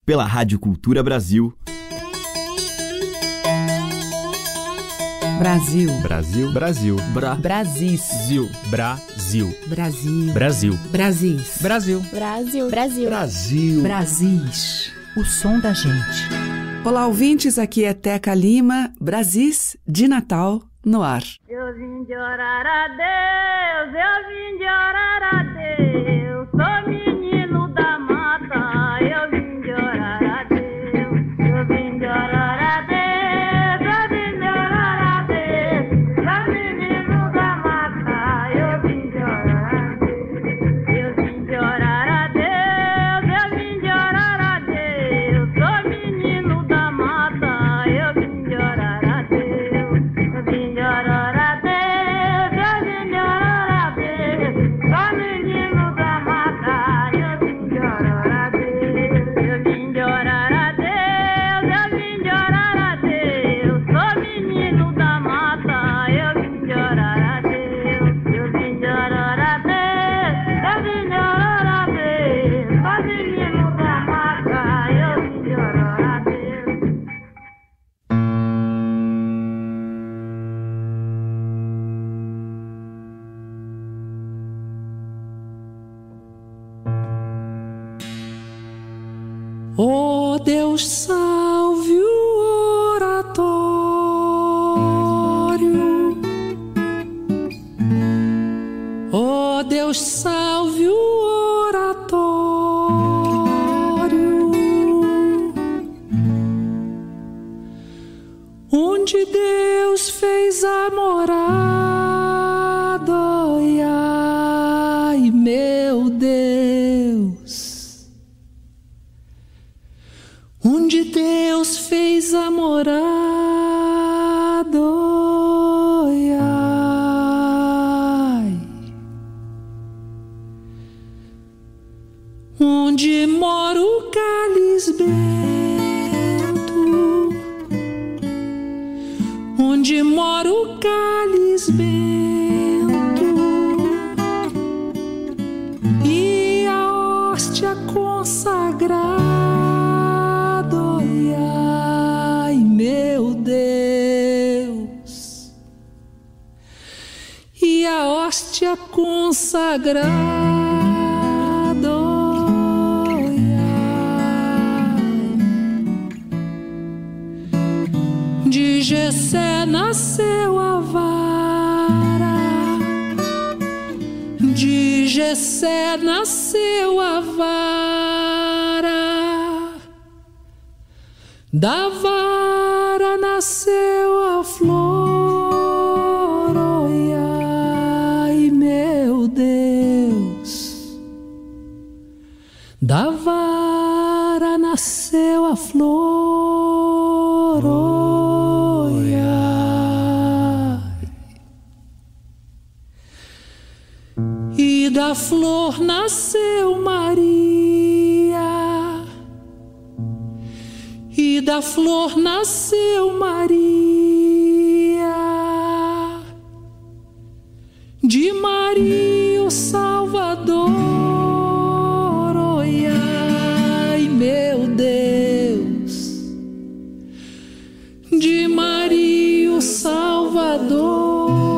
pela Rádio Cultura Brasil. Brasil. Brasil. Brasil. Brasil. Brasil. Brasil. Brasil. Brasis. Brasil. Brasil. Brasil. Brasil. Brasis. O som da gente. Olá, ouvintes, aqui é Teca Lima, Brasis de Natal no ar. Eu vim de orar a Deus, eu vim de orar a Deus, sou menino da mata, eu vim de orar a Deus, eu vim de orar a Deus, eu vim de orar a Deus, sou menino da mata, eu vim de orar a Deus, eu vim de orar a Deus, eu vim de orar a Deus, sou menino da mata, eu vim de orar a Deus, eu vim de orar a Deus. Oh, Deus, salve o oratório. Oh, Deus, salve o oratório, onde Deus fez a morada. Ai, meu Deus, onde Deus fez a morada, ai, onde mora o cáliz bento, onde mora o cáliz bento, e a hóstia consagrada. Meu Deus, e a hóstia consagrada, de Jessé nasceu a vara, de Jessé nasceu a vara, da vara nasceu a flor, oi, ai, meu Deus, da vara nasceu a flor, oi, ai, e da flor nasceu Maria, e da flor nasceu Maria, de Maria o Salvador, oi, ai, meu Deus, de Maria o Salvador.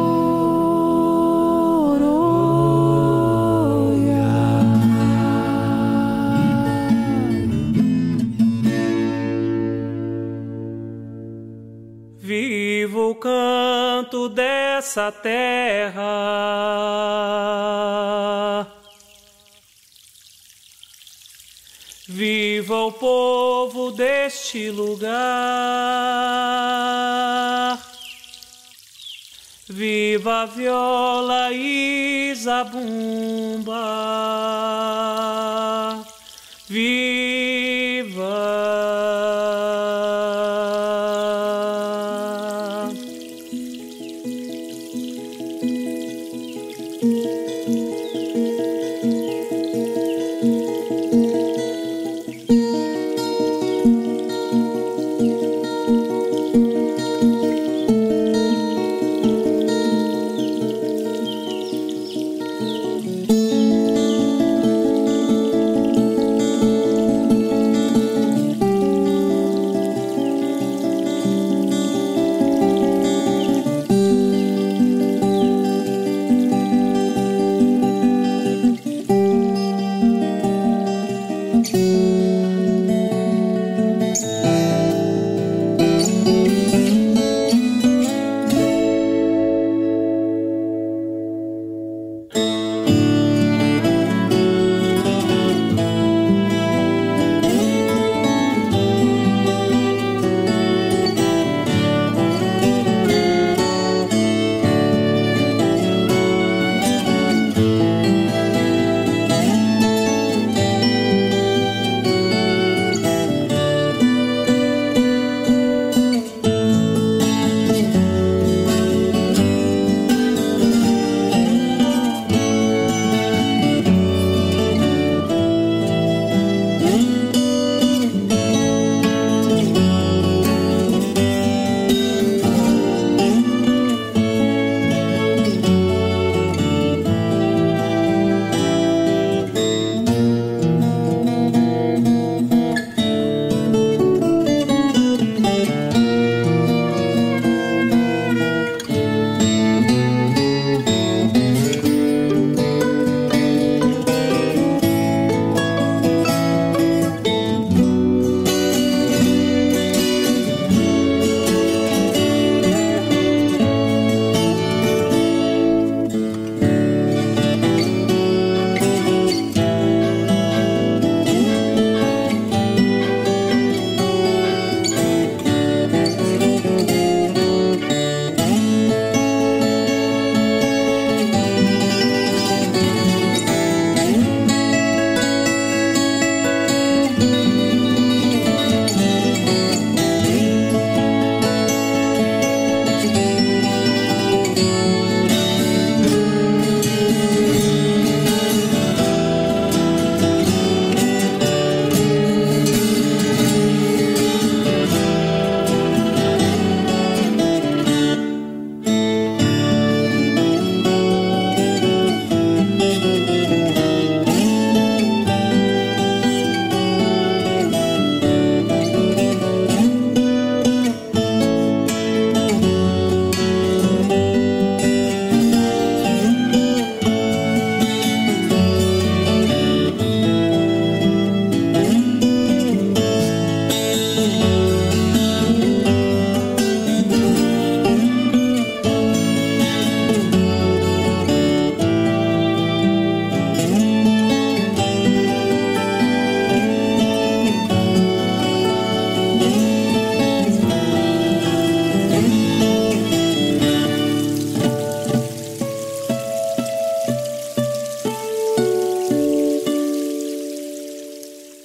Viva o canto dessa terra, viva o povo deste lugar, viva a viola e zabumba, viva.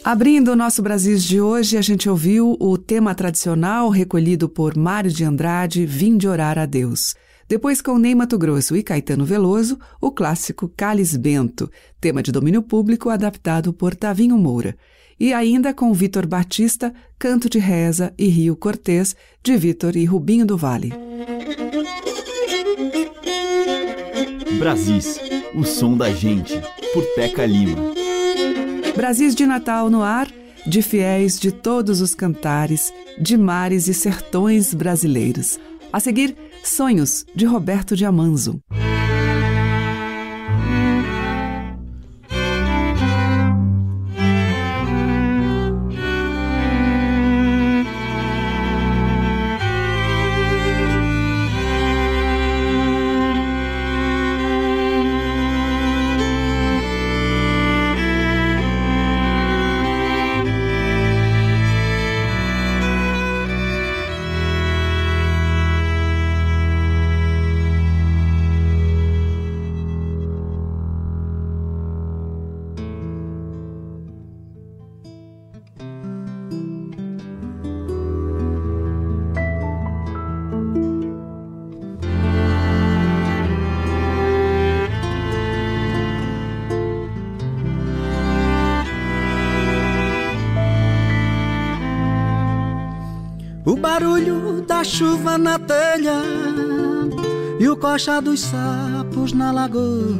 Abrindo o nosso Brasis de hoje, a gente ouviu o tema tradicional recolhido por Mário de Andrade, Vinde Orar a Deus. Depois, com Ney Matogrosso e Caetano Veloso, o clássico Cáliz Bento, tema de domínio público adaptado por Tavinho Moura. E ainda com Vitor Batista, Canto de Reza e Rio Cortês, de Vitor e Rubinho do Vale. Brasis, o som da gente, por Teca Lima. Brasis de Natal no ar, de fiéis de todos os cantares, de mares e sertões brasileiros. A seguir, Sonhos, de Roberto de Amanzo. O barulho da chuva na telha e o coxa dos sapos na lagoa,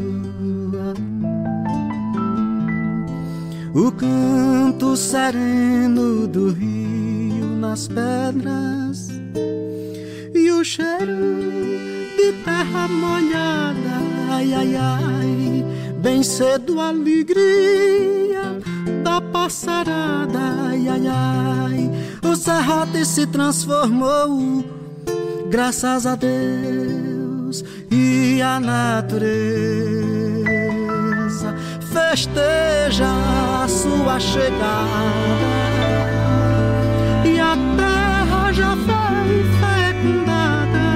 o canto sereno do rio nas pedras e o cheiro de terra molhada, ai, ai, ai, bem cedo a alegria da passarada, ai, ai, ai. O serrote se transformou, graças a Deus, e a natureza festeja a sua chegada, e a terra já foi fecundada.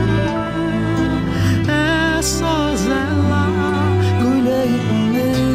É só zelar, colher e comer.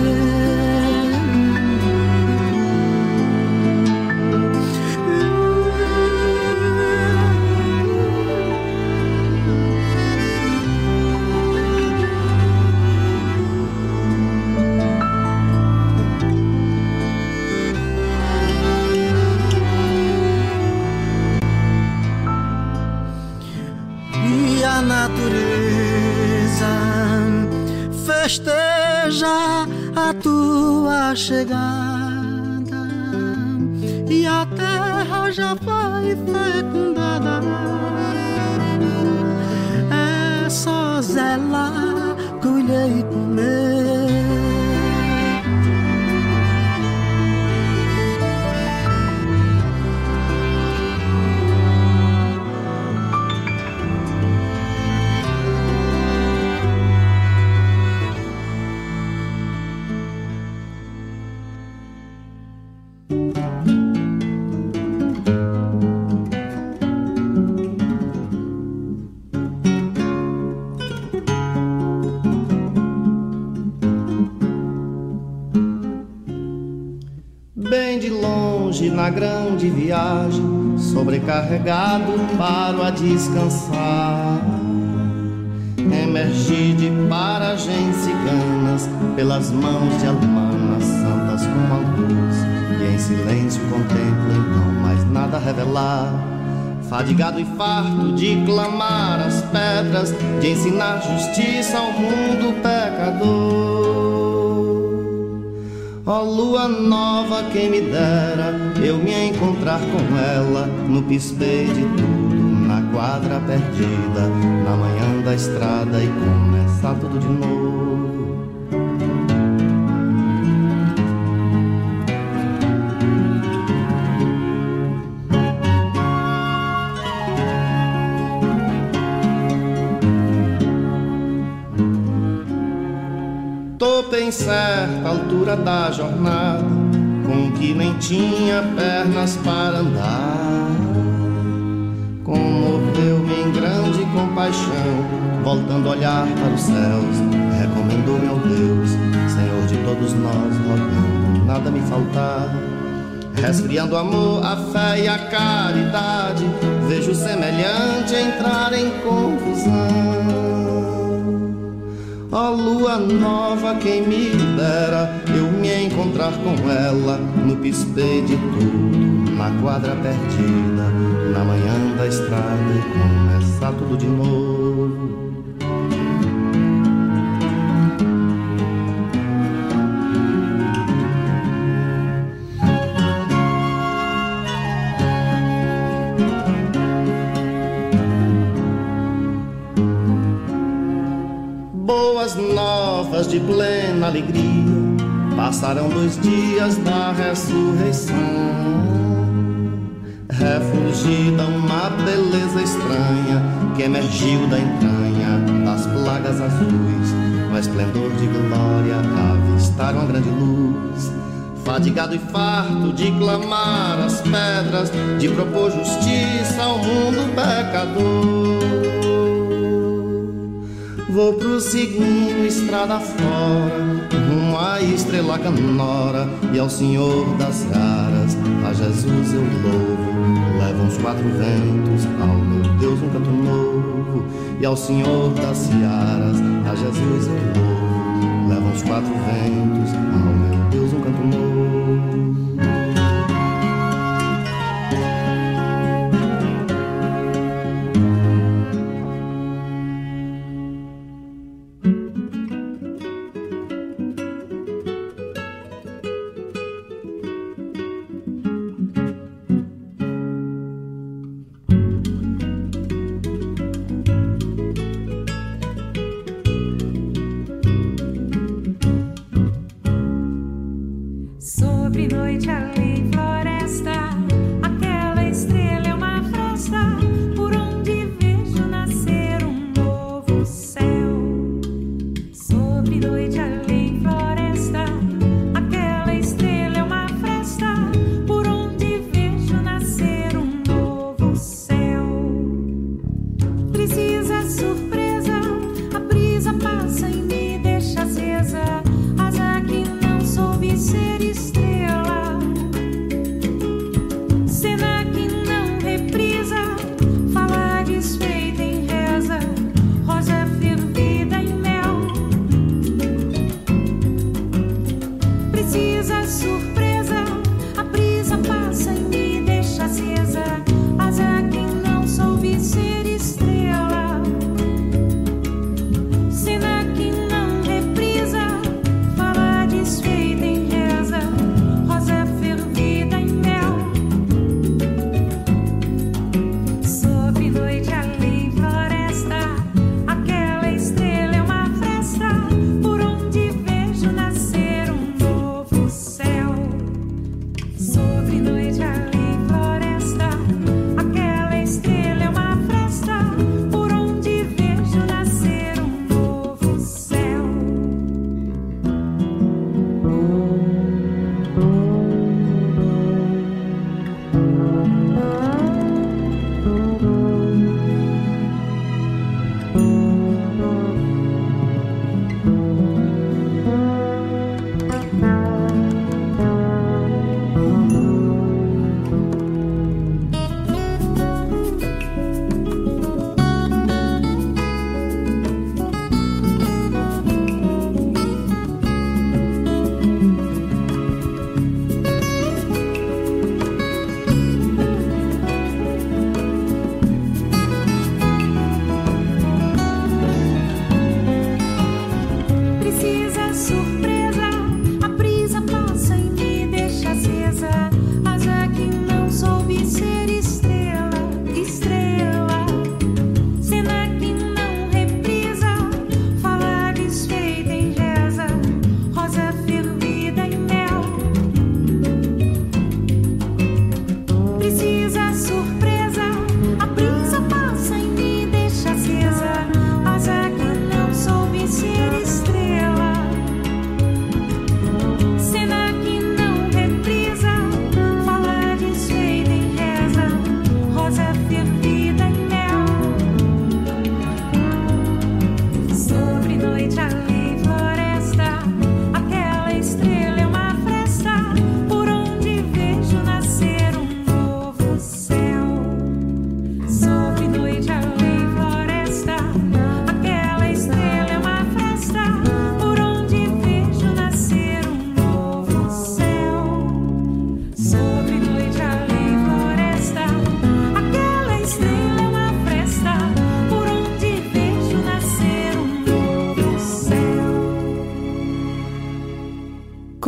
Festeja a tua chegada, e a terra já foi fecundada. É só zelar, colher e comer. Na grande viagem, sobrecarregado, paro a descansar. Emergi de paragens ciganas, pelas mãos de almanas santas como a luz, e em silêncio contemplo então mais nada revelar. Fadigado e farto de clamar as pedras, de ensinar justiça ao mundo pecador. Ó lua nova, quem me dera eu me encontrar com ela no pispeio de tudo, na quadra perdida, na manhã da estrada, e começar tudo de novo. Topei em certa altura da jornada, com que nem tinha pernas para andar. Comoveu-me em grande compaixão, voltando a olhar para os céus, recomendou-me ao Deus, Senhor de todos nós, rogando nada me faltar. resfriando o amor, a fé e a caridade, vejo semelhante entrar em confusão. Ó lua nova, quem me dera eu me encontrar com ela no pispe de tudo, na quadra perdida, na manhã da estrada, e começar tudo de novo. Boas novas de plena alegria, passaram 2 dias da ressurreição. Refugida uma beleza estranha que emergiu da entranha das plagas azuis, no esplendor de glória avistaram a grande luz. Fadigado e farto de clamar as pedras, de propor justiça ao mundo pecador, vou prosseguindo estrada fora, rumo à estrela canora e ao Senhor das raras. A Jesus eu louvo, levam os 4 ventos, ao meu Deus um canto novo. E ao Senhor das searas, a Jesus eu louvo, levam os 4 ventos, ao meu Deus um canto novo.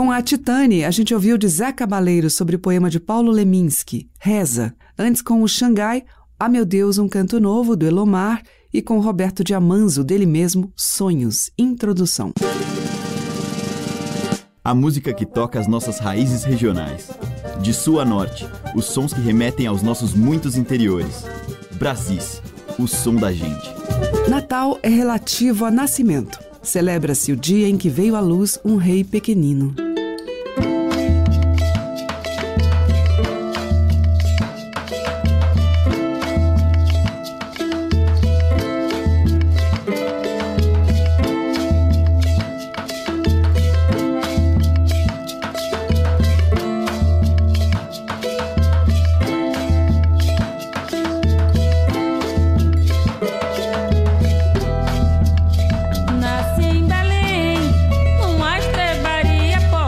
Com a Titane, a gente ouviu de Zé Cabaleiro sobre o poema de Paulo Leminski, Reza. Antes com o Xangai, Ah Meu Deus, um Canto Novo, do Elomar. E com Roberto de Amanzo, dele mesmo, Sonhos, Introdução. A música que toca as nossas raízes regionais. De sul a norte, os sons que remetem aos nossos muitos interiores. Brasis, o som da gente. Natal é relativo a nascimento. Celebra-se o dia em que veio à luz um rei pequenino. Nasci em Belém, numa estrebaria pobre.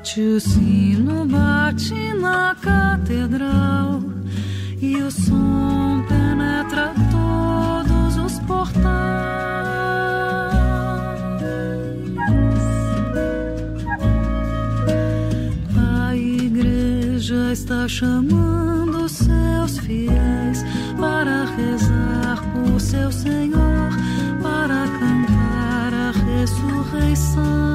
bate o sino, bate na catedral, e o som penetra todos os portais. A igreja está chamando seus fiéis para rezar por seu Senhor, para cantar a ressurreição.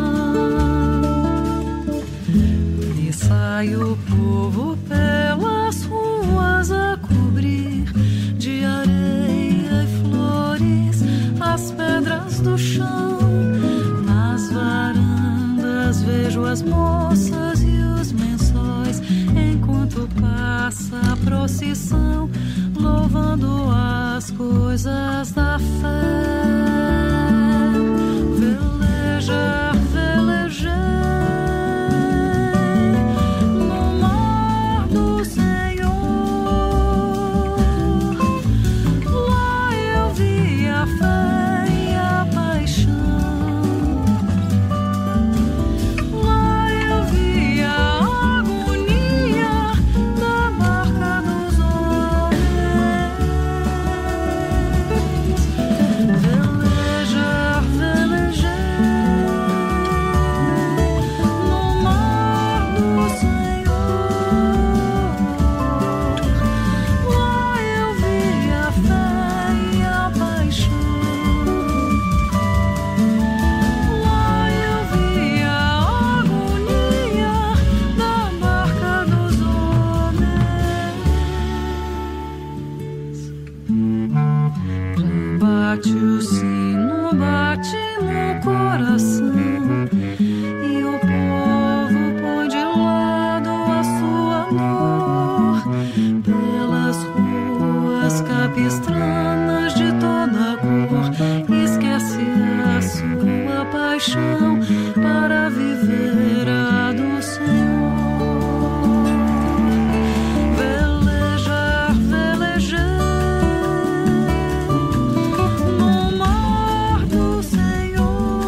E sai o povo pelas ruas a cobrir de areia e flores as pedras do chão. Nas varandas vejo as moças e os lençóis, enquanto passa a procissão, louvando as coisas da fé. Velejar, velejei no mar do Senhor. Lá eu vi a fé e a paixão. Lá eu vi a agonia da barca dos homens. Velejar, velejei no mar do Senhor. Lá eu vi a fé e a paixão. Lá eu vi a agonia da barca dos homens. Bate o sino, bate no coração, e o povo põe de lado a sua dor. Pelas ruas capistranas de toda cor, esquece a sua paixão para viver a do Senhor. Velejar, velejei no mar do Senhor.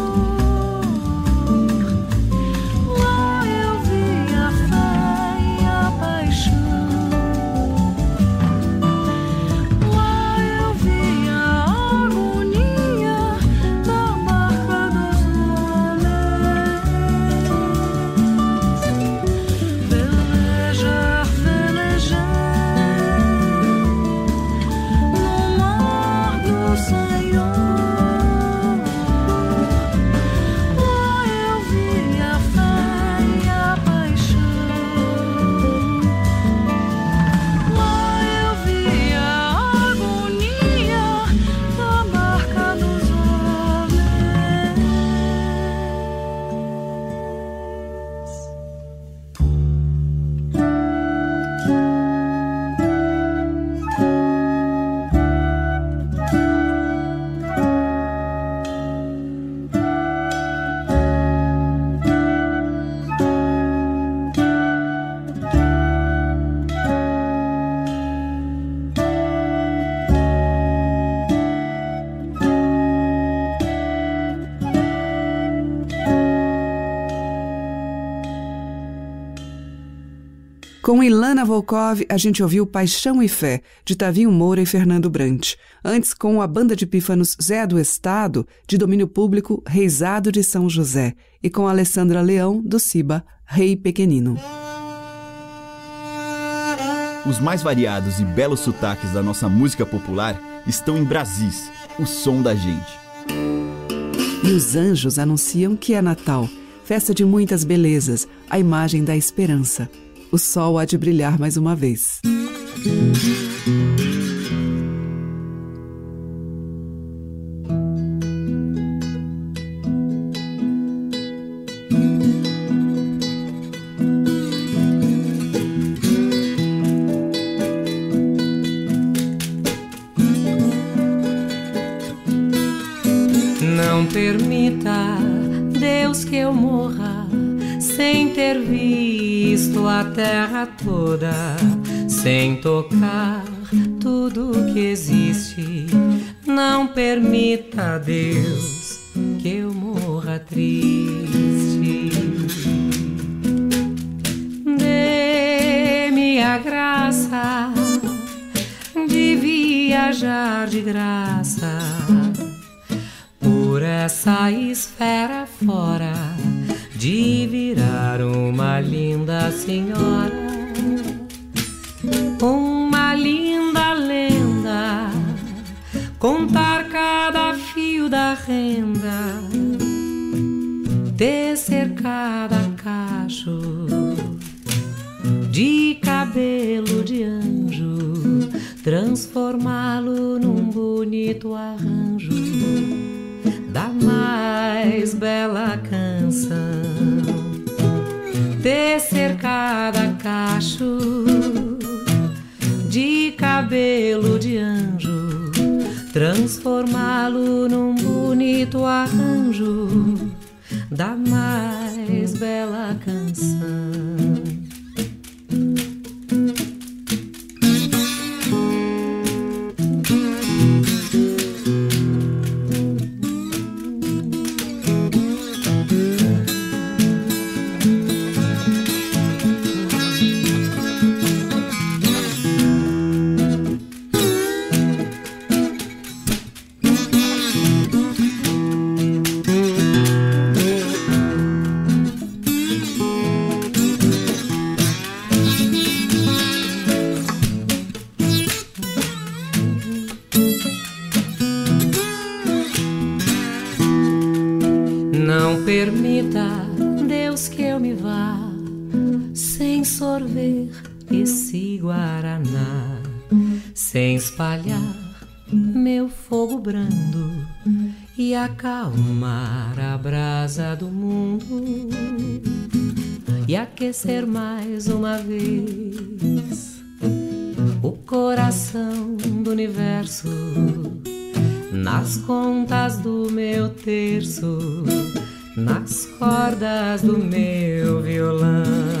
Lá eu vi a fé e a paixão. Lá eu vi a agonia da barca dos homens. Velejar, velejei no mar do Senhor. Lá eu vi a fé e a paixão. Lá eu vi a agonia da barca dos homens. Com Ilana Volkov, a gente ouviu Paixão e Fé, de Tavinho Moura e Fernando Brant. Antes, com a banda de pífanos Zé do Estado, de domínio público, Reisado de São José. E com Alessandra Leão, do Ciba, Rei Pequenino. Os mais variados e belos sotaques da nossa música popular estão em Brasis, o som da gente. E os anjos anunciam que é Natal, festa de muitas belezas, a imagem da esperança. O sol há de brilhar mais uma vez. Não permita, Deus, que eu morra sem ter visto a terra toda, sem tocar tudo que existe. Não permita, Deus, que eu morra triste. viajar de graça por essa esfera fora, de virar uma linda senhora, uma linda lenda, contar cada fio da renda, tecer cada cacho de cabelo de anjo, transformá-lo num bonito arranjo da mais bela canção. Tecer cada cacho de cabelo de anjo, transformá-lo num bonito arranjo da mais bela canção. Permita, Deus, que eu me vá sem sorver esse guaraná, sem espalhar meu fogo brando e acalmar a brasa do mundo e aquecer mais uma vez o coração do universo nas contas do meu terço, nas cordas do meu violão,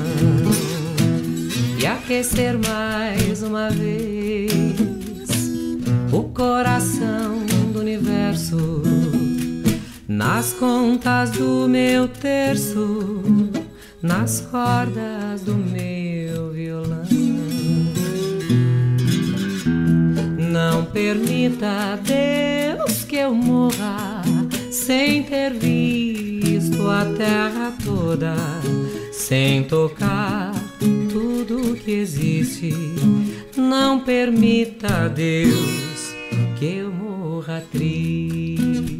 e aquecer mais uma vez o coração do universo nas contas do meu terço, nas cordas do meu violão. Não permita, Deus, que eu morra sem ter visto a terra toda, sem tocar tudo que existe. Não permita, Deus, que eu morra triste.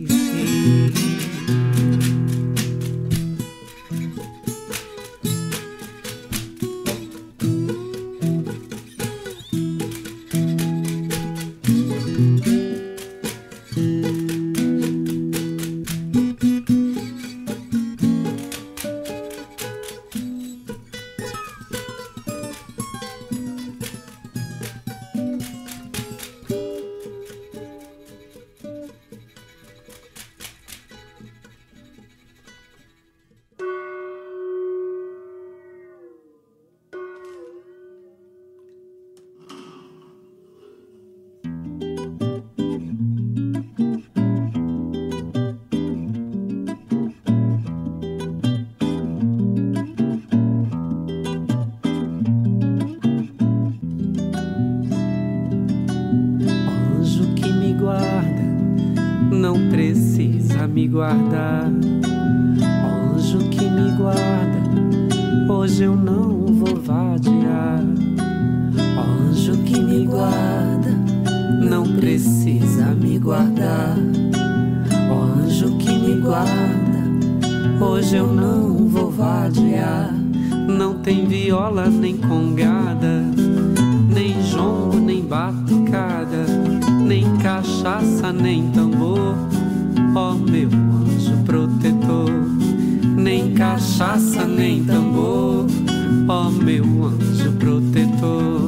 Guardar, anjo que me guarda, hoje eu não vou vadiar. Anjo que me guarda, não precisa me guardar. Anjo que me guarda, hoje eu não vou vadiar. Não tem viola nem congada, nem jongo nem batucada, nem cachaça nem tambor. Ó meu anjo protetor, nem cachaça nem tambor. Ó meu anjo protetor.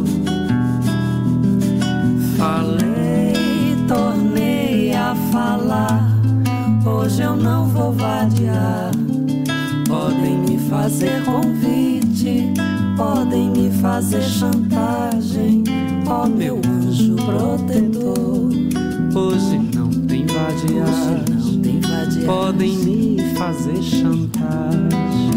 Falei, tornei a falar, hoje eu não vou vadiar. Podem me fazer convite, podem me fazer chantagem. Ó meu anjo protetor, hoje não tem vadiagem. Podem me fazer chantagem.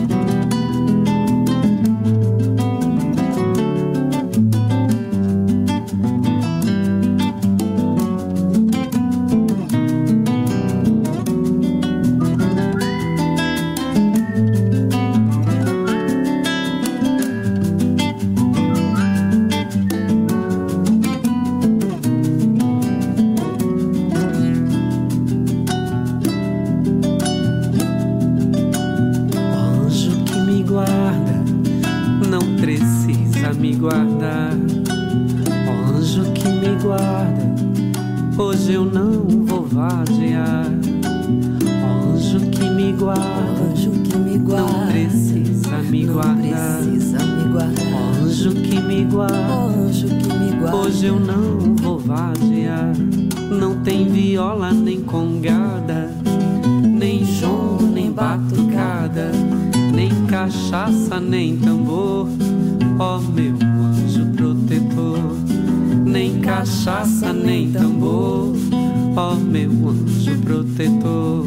precisa me guardar. Ó anjo que me guarda, hoje eu não vou vadiar. Ó anjo que me guarda, não precisa me guardar. Ó anjo que me guarda, hoje eu não vou vadiar. Não tem viola nem congada, nem jongo nem batucada, nem cachaça nem tambor. Ó meu anjo protetor, nem cachaça nem tambor. Ó meu anjo protetor.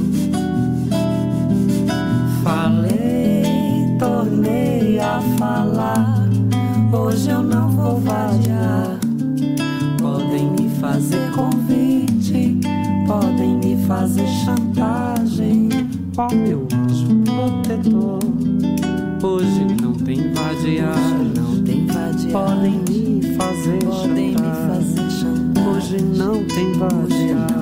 Falei, tornei a falar, hoje eu não vou vadiar. Podem me fazer convite, podem me fazer chantagem. Ó meu anjo protetor, hoje não tem vadiar. Podem me fazer chantagem. Hoje não tem vadiar.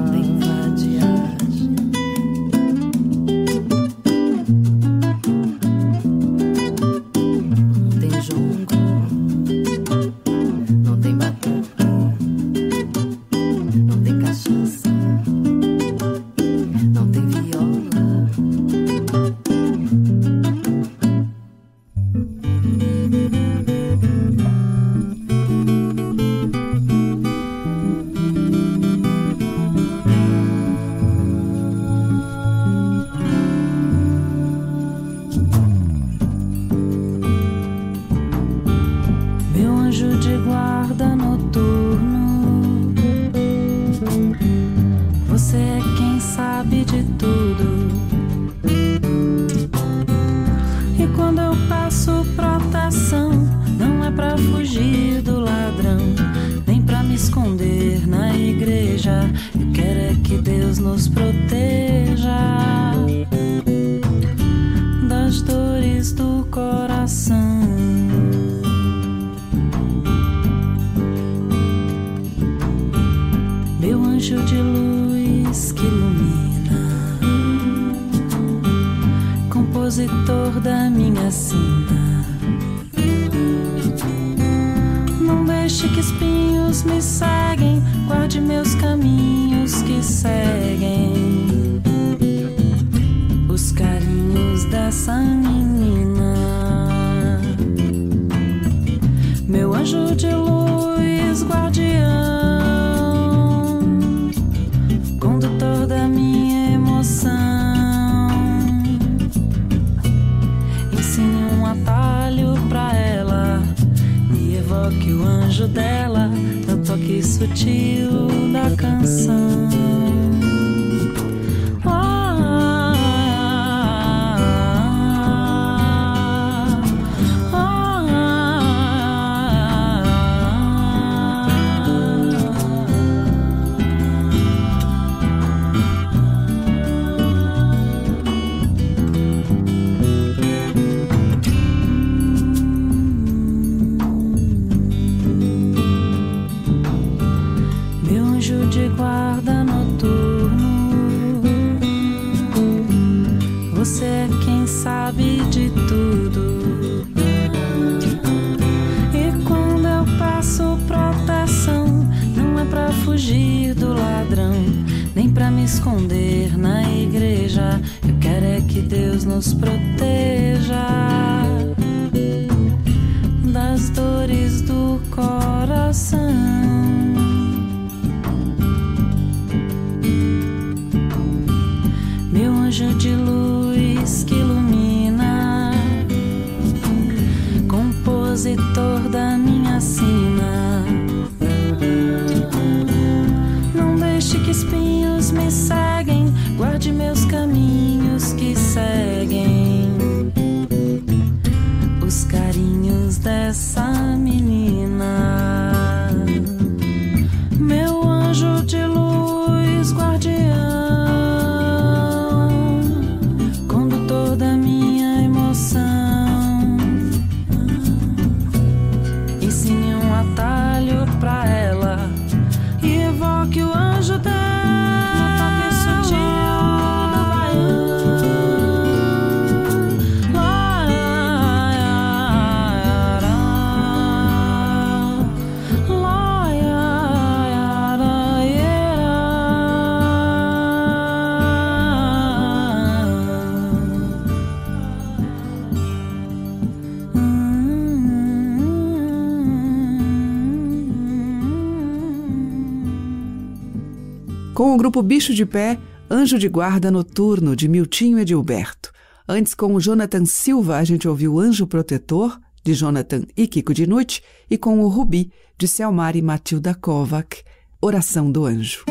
Com o grupo Bicho de Pé, Anjo de Guarda Noturno, de Miltinho Edilberto. Antes, com o Jonathan Silva, a gente ouviu Anjo Protetor, de Jonathan e Kiko Dinucci, e com o Rubi, de Selmar e Matilda Kovac, Oração do Anjo.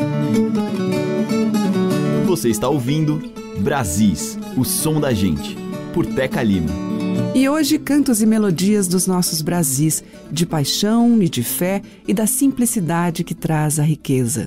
Você está ouvindo Brasis, o som da gente, por Teca Lima. E hoje, cantos e melodias dos nossos Brasis, de paixão e de fé e da simplicidade que traz a riqueza.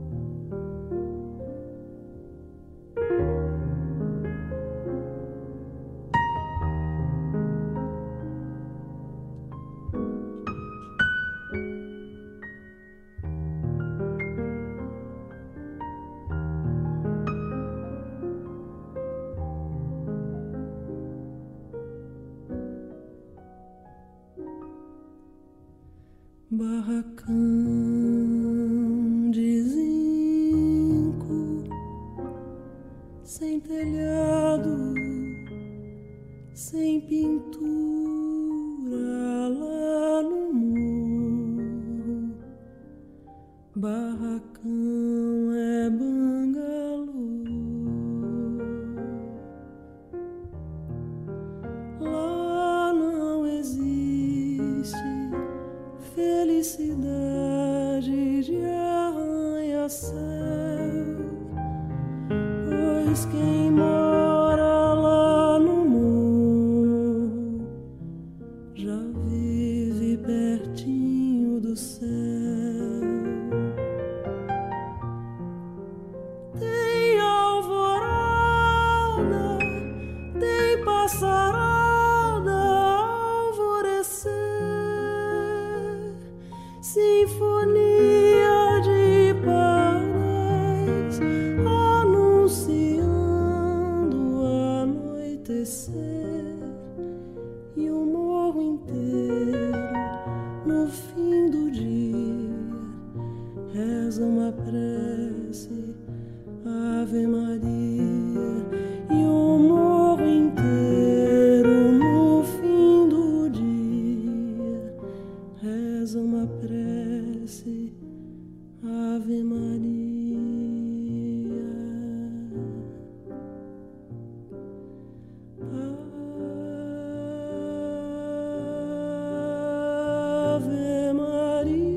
Barracão de zinco, sem telhado, sem pintura lá no morro. Barracão é bangalô. Lá não existe felicidade de arranha-céu, pois quem mora lá no morro já vive pertinho do céu. Tem alvorada, tem passarada, alvorecer, sinfonia de paz, anunciando anoitecer, e o morro inteiro, no fim do dia, reza uma prece, Ave Maria, e o morro inteiro, no fim do dia, reza uma prece, Ave Maria. Ave Maria.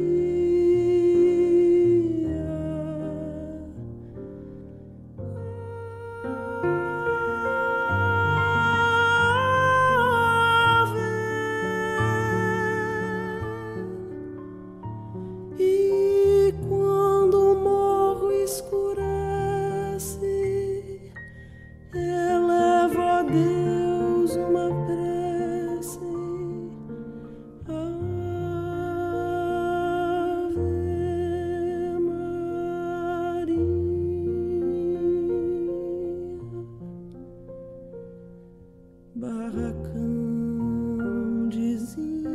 E quando o morro escurece, elevo a Deus uma prece, Ave Maria. Barracão de zinco,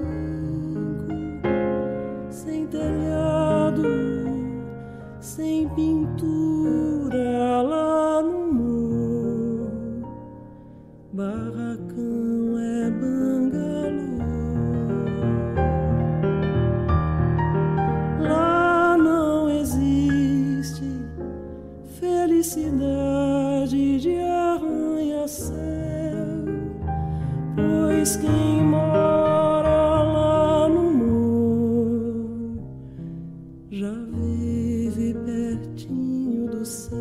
sem telhado, sem pintura lá no morro. Barracão é bangalô. Lá não existe felicidade de arranha-céu, pois quem mora lá no morro já vive pertinho do céu.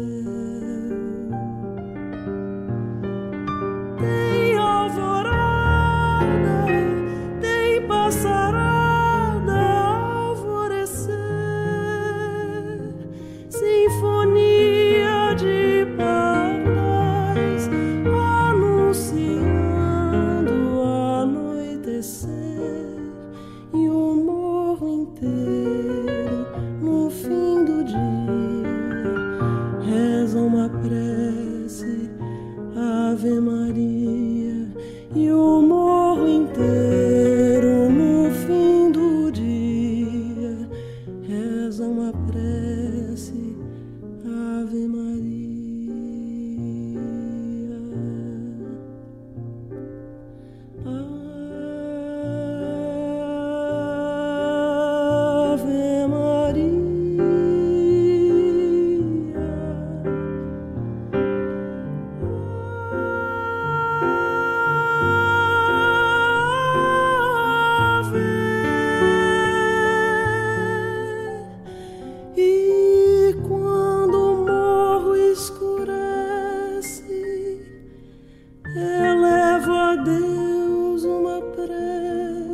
Tem alvorada, tem passarada, alvorecer, sinfonia de paz, anunciando anoitecer, e o morro inteiro, no fim do dia, reza uma prece, Ave Maria, e o morro inteiro, no fim do dia, reza uma prece, Ave Maria. Ave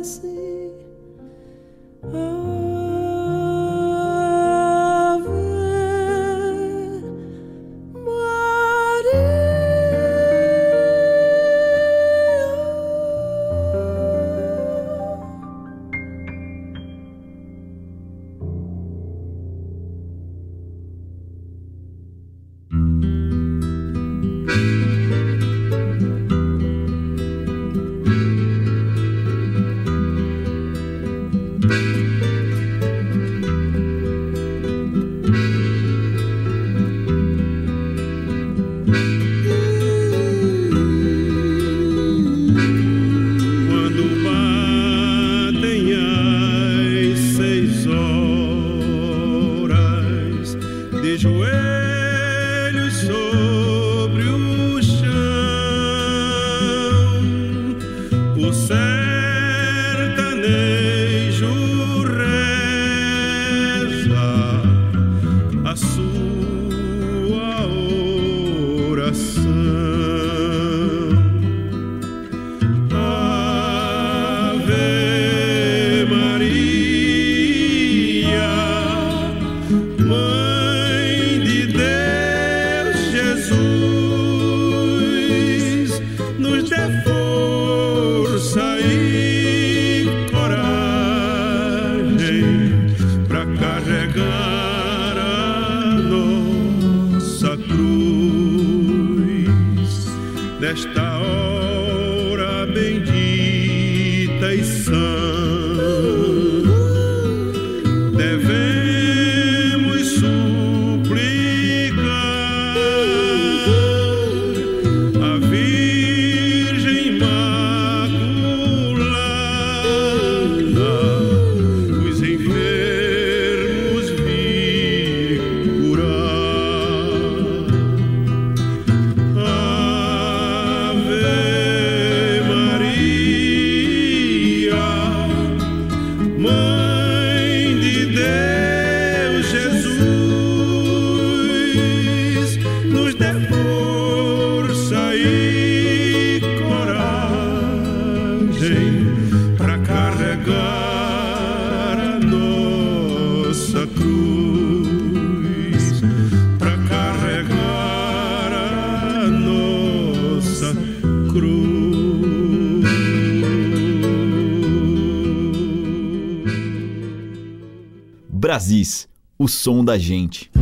Brasis, o som da gente.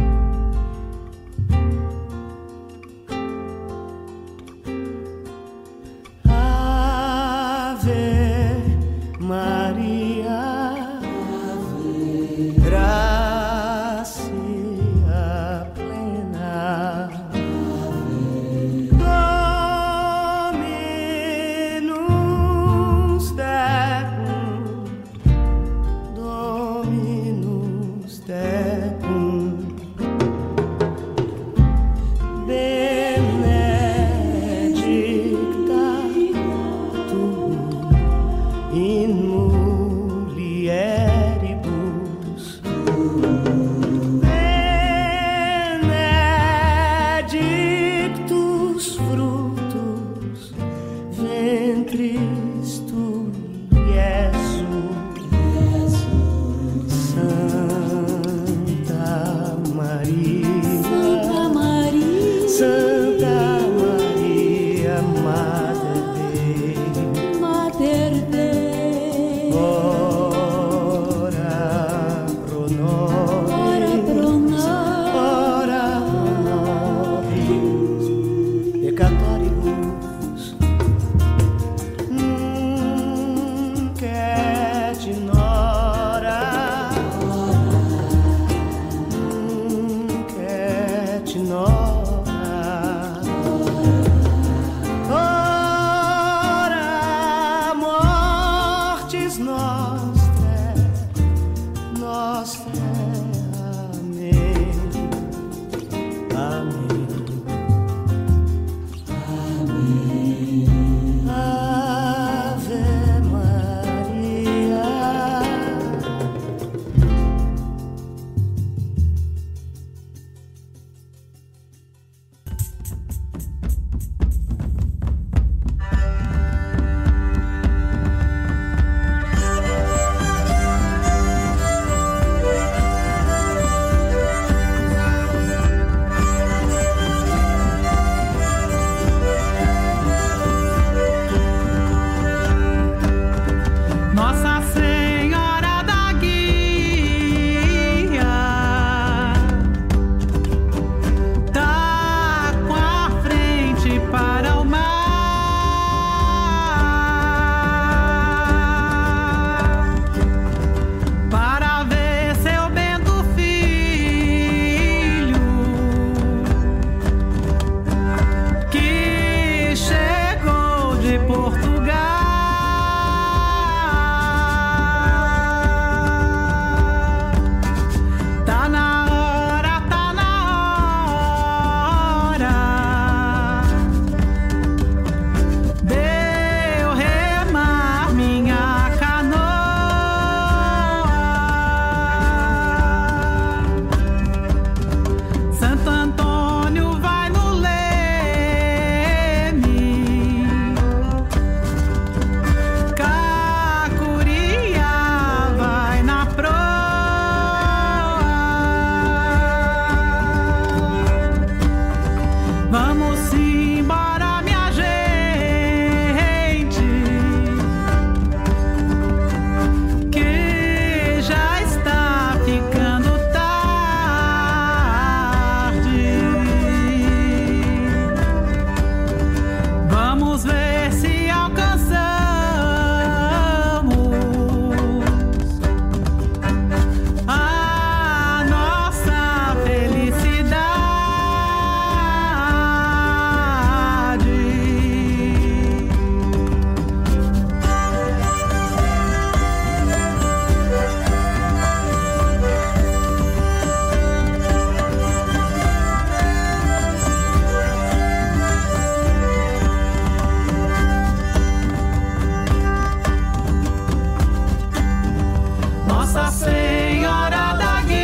Nossa Senhora da Guia,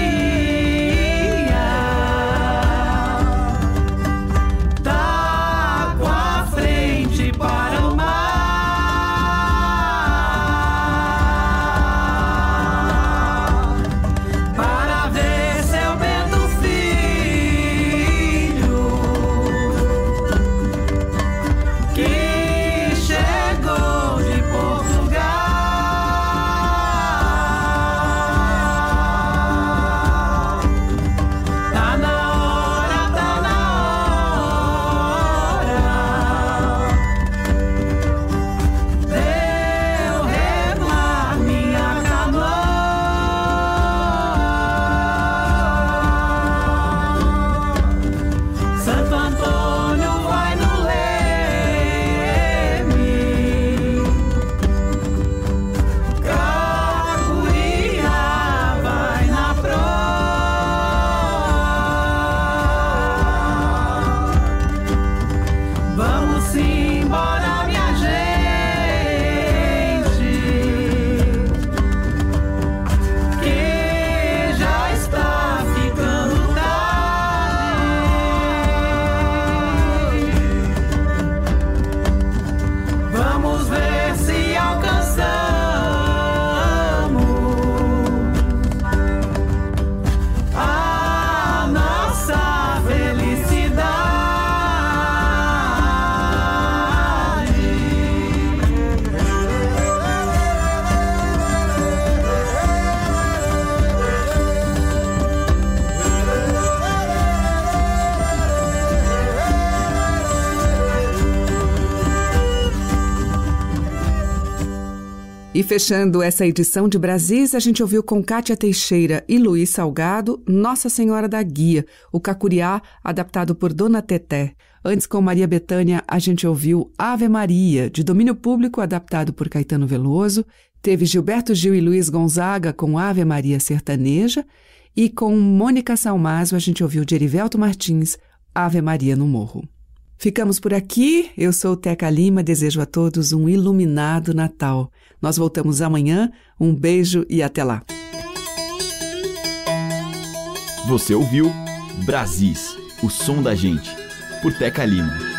tá com a frente para o mar, para ver seu Bento Filho, que chegou de Portugal. Tá na hora de eu remar minha canoa. Santo Antônio vai no leme, Cacuiá vai na proa. Vamos embora, minha gente, que já está ficando tarde. Vamos ver se alcançamos a nossa felicidade. E fechando essa edição de Brasis, a gente ouviu com Kátia Teixeira e Luiz Salgado, Nossa Senhora da Guia, o Cacuriá, adaptado por Dona Teté. Antes, com Maria Bethânia, a gente ouviu Ave Maria, de domínio público, adaptado por Caetano Veloso. Teve Gilberto Gil e Luiz Gonzaga com Ave Maria Sertaneja. E com Mônica Salmazo, a gente ouviu de Erivelto Martins, Ave Maria no Morro. Ficamos por aqui. Eu sou Teca Lima, desejo a todos um iluminado Natal. Nós voltamos amanhã. Um beijo e até lá. Você ouviu Brasis, o som da gente, por Teca Lima.